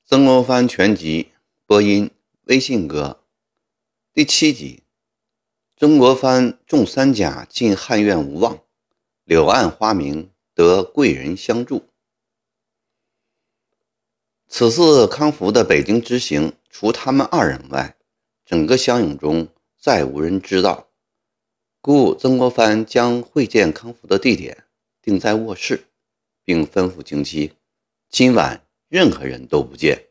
曾国藩全集播音微信哥第7集。曾国藩中三甲进汉院无望，柳暗花明得贵人相助。此次康福的北京之行，除他们二人外，整个乡勇中再无人知道，故曾国藩将会见康福的地点定在卧室，并吩咐京妻今晚任何人都不见。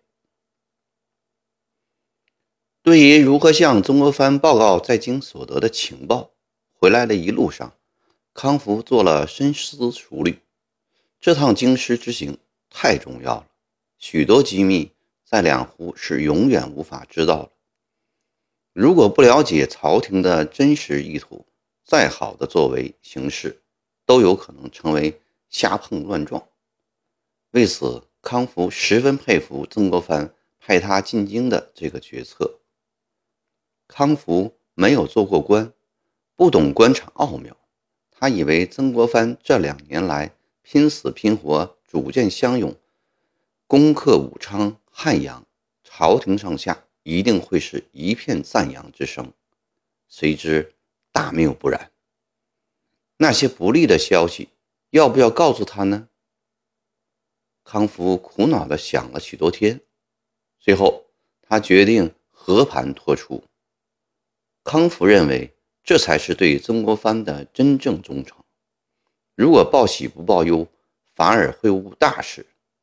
对于如何向曾国藩报告在京所得的情报，回来的一路上，康福做了深思熟虑。这趟京师之行太重要了，许多机密在两湖是永远无法知道的。如果不了解朝廷的真实意图，再好的作为行事都有可能成为瞎碰乱撞。为此，康福十分佩服曾国藩派他进京的这个决策。康福没有做过官，不懂官场奥妙，他以为曾国藩这2年来拼死拼活，主见乡勇，攻克武昌、汉阳，朝廷上下一定会是一片赞扬之声。谁知大谬不然，那些不利的消息要不要告诉他呢？康福苦恼地想了许多天，最后他决定和盘托出。康福认为这才是对曾国藩的真正忠诚，如果报喜不报忧，反而会误大事。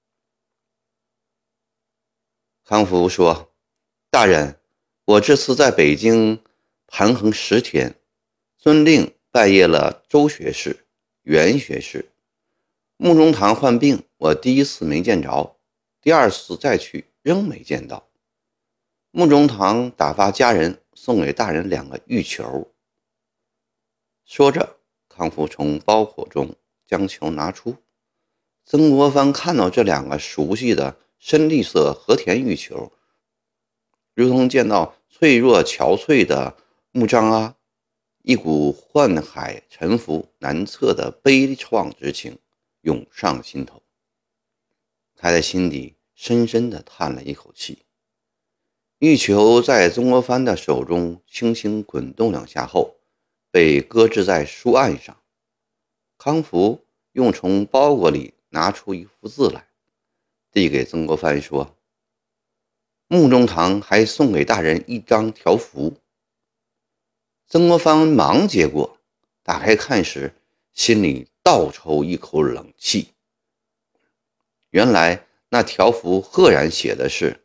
康福说：大人，我这次在北京盘横10天，遵令拜谒了周学士、袁学士。穆中堂患病，我第一次没见着，第二次再去仍没见到。穆中堂打发家人送给大人2个玉球。说着，康福从包裹中将球拿出。曾国藩看到这2个熟悉的深绿色和田玉球，如同见到脆弱憔悴的木章啊，一股宦海沉浮难测的悲怆之情涌上心头。他在心底深深地叹了一口气。玉球在曾国藩的手中轻轻滚动2下后，被搁置在书案上。康福又从包裹里拿出一幅字来，递给曾国藩说：穆中堂还送给大人一张条幅。曾国藩忙接过，打开看时，心里倒抽一口冷气。原来那条幅赫然写的是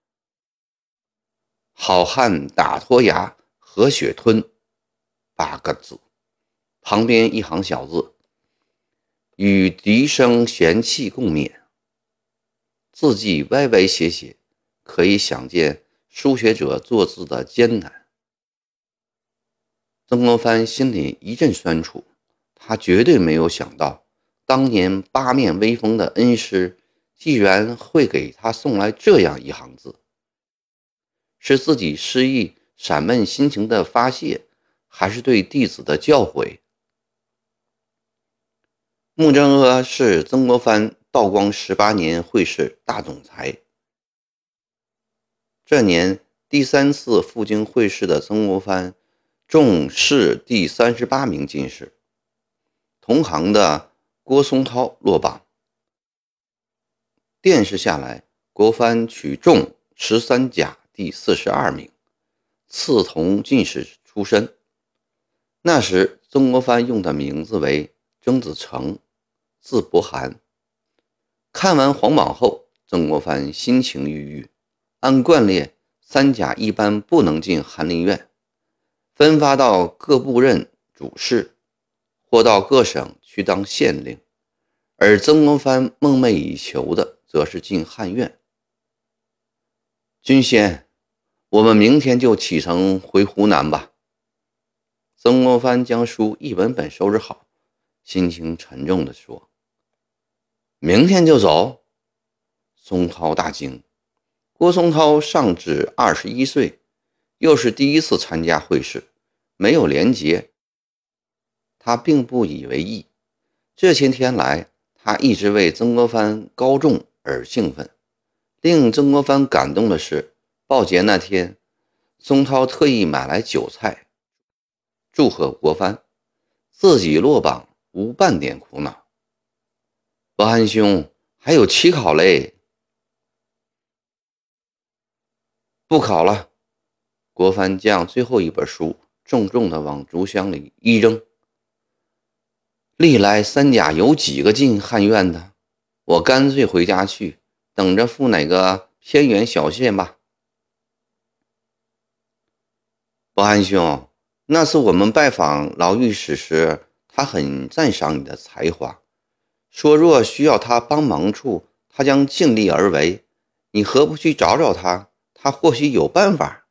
好汉打脱牙，和血吞8个字，旁边一行小字：与敌生嫌弃共勉。字迹歪歪斜斜，可以想见书写者作字的艰难。曾国藩心里一阵酸楚，他绝对没有想到，当年8面威风的恩师既然会给他送来这样一行字。是自己失意散闷心情的发泄，还是对弟子的教诲？穆正阿是曾国藩道光18年会试大总裁。这年第3次赴京会试的曾国藩中试第38名进士，同行的郭松涛落榜。殿试下来，国藩取中13甲第42名，次同进士出身。那时曾国藩用的名字为曾子成，字伯涵。看完皇榜后，曾国藩心情郁郁，按惯例3甲一般不能进翰林院，分发到各部任主事，或到各省去当县令。而曾国藩梦寐以求的则是进翰院。君先，我们明天就启程回湖南吧。曾国藩将书一本本收拾好，心情沉重地说：明天就走？松涛大惊。郭松涛尚只21岁，又是第一次参加会试，没有廉洁，他并不以为意。这些天来，他一直为曾国藩高中而兴奋， 令曾国藩感动的是，报捷那天，宋涛特意买来酒菜，祝贺国藩，自己落榜无半点苦恼。伯涵兄，还有期考嘞！不考了。国藩将最后一本书重重地往竹箱里一扔。历来三甲有几个进汉院的？我干脆回家去，等着赴哪个偏远小县吧。伯涵兄，那次我们拜访牢狱使时，他很赞赏你的才华，说若需要他帮忙处，他将尽力而为。你何不去找找他？他或许有办法。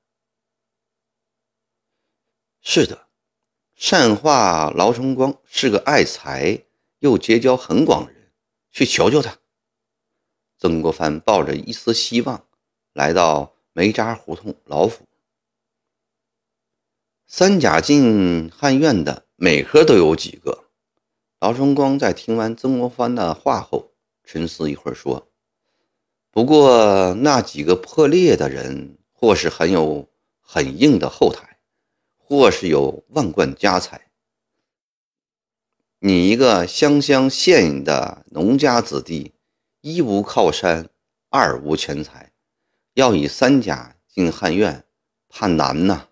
是的，善化劳崇光是个爱才又结交很广人，去求求他。曾国藩抱着一丝希望，来到梅渣胡同老府。三甲进汉院的每科都有几个。劳崇光在听完曾国藩的话后，沉思一会儿说：“不过那几个破裂的人，或是很硬的后台，或是有万贯家财。你一个湘县的农家子弟，一无靠山，二无钱财，要以三甲进汉院，怕难呐。”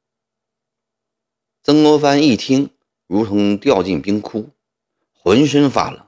曾国藩一听，如同掉进冰窟，浑身发冷。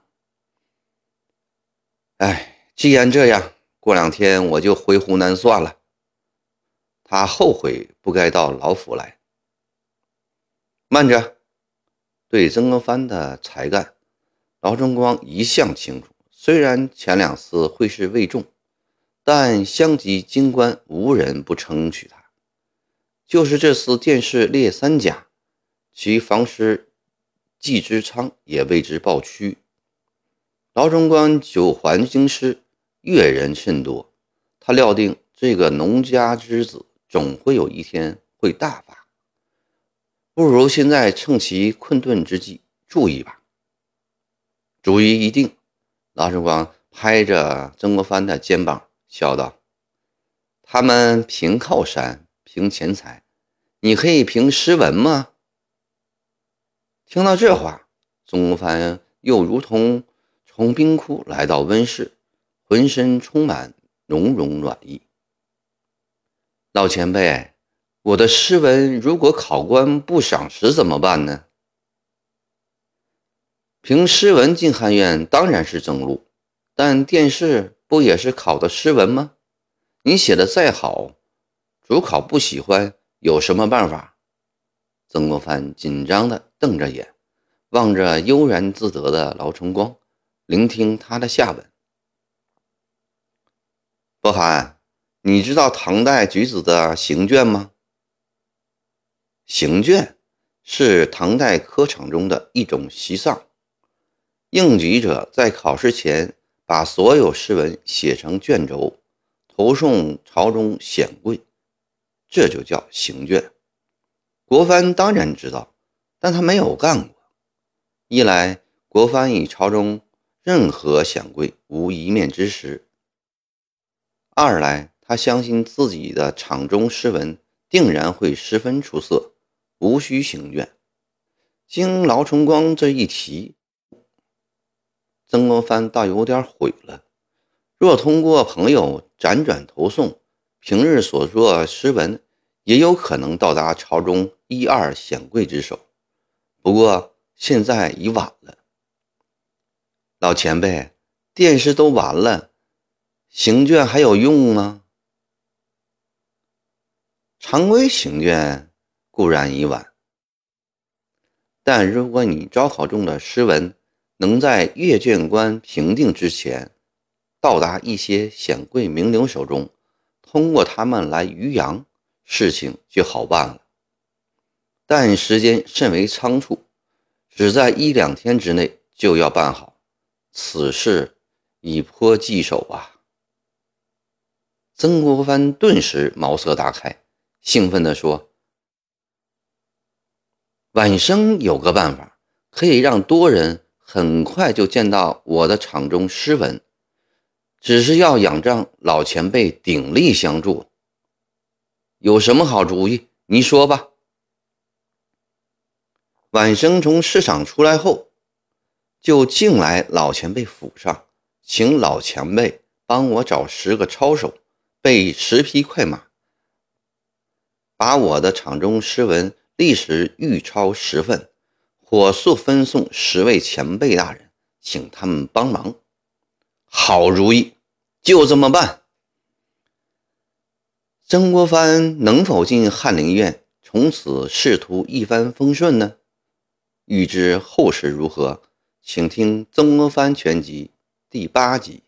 既然这样，过2天我就回湖南算了。他后悔不该到老府来。慢着，对曾国藩的才干，劳崇光一向清楚。虽然前2次会试未中，但乡级京官无人不称许他。就是这次殿试列三甲，其房师季之昌也为之抱屈。劳崇光久还京师，阅人甚多，他料定这个农家之子总会有一天会大发，不如现在趁其困顿之际注意吧。主意一定。劳崇光拍着曾国藩的肩膀笑道：“他们凭靠山，凭钱财，你可以凭诗文吗？”听到这话，曾国藩又如同从冰窟来到温室，浑身充满浓浓暖意。老前辈，我的诗文如果考官不赏识怎么办呢？凭诗文进汉院当然是正路，但殿试不也是考的诗文吗？你写的再好，主考不喜欢，有什么办法？曾国藩紧张地瞪着眼，望着悠然自得的劳崇光，聆听他的下文。伯涵，你知道唐代举子的行卷吗？行卷是唐代科场中的一种习上，应举者在考试前把所有诗文写成卷轴，投送朝中显贵，这就叫行卷。国藩当然知道，但他没有干过。一来，国藩与朝中任何显贵无一面之识；二来，他相信自己的场中诗文定然会十分出色，无需行卷。经劳崇光这一提，曾国藩倒有点悔了。若通过朋友辗转投送，平日所作诗文也有可能到达朝中1、2显贵之手。不过现在已晚了。老前辈，殿试都完了，行卷还有用吗？常规行卷固然已晚，但如果你招考中的诗文能在阅卷官评定之前到达一些显贵名流手中，通过他们来渔洋，事情就好办了。但时间甚为仓促，只在1、2天之内就要办好，此事已颇棘手啊！曾国藩顿时茅塞大开，兴奋地说：“晚生有个办法，可以让多人很快就见到我的场中诗文。 只是要仰仗老前辈鼎力相助。有什么好主意？你说吧。晚生从市场出来后，就径来老前辈府上，请老前辈帮我找10个抄手，备10匹快马，把我的场中诗文历时预抄10份，火速分送10位前辈大人，请他们帮忙。好主意，就这么办。曾国藩能否进翰林院，从此仕途一帆风顺呢？欲知后事如何，请听《曾国藩全集》第8集。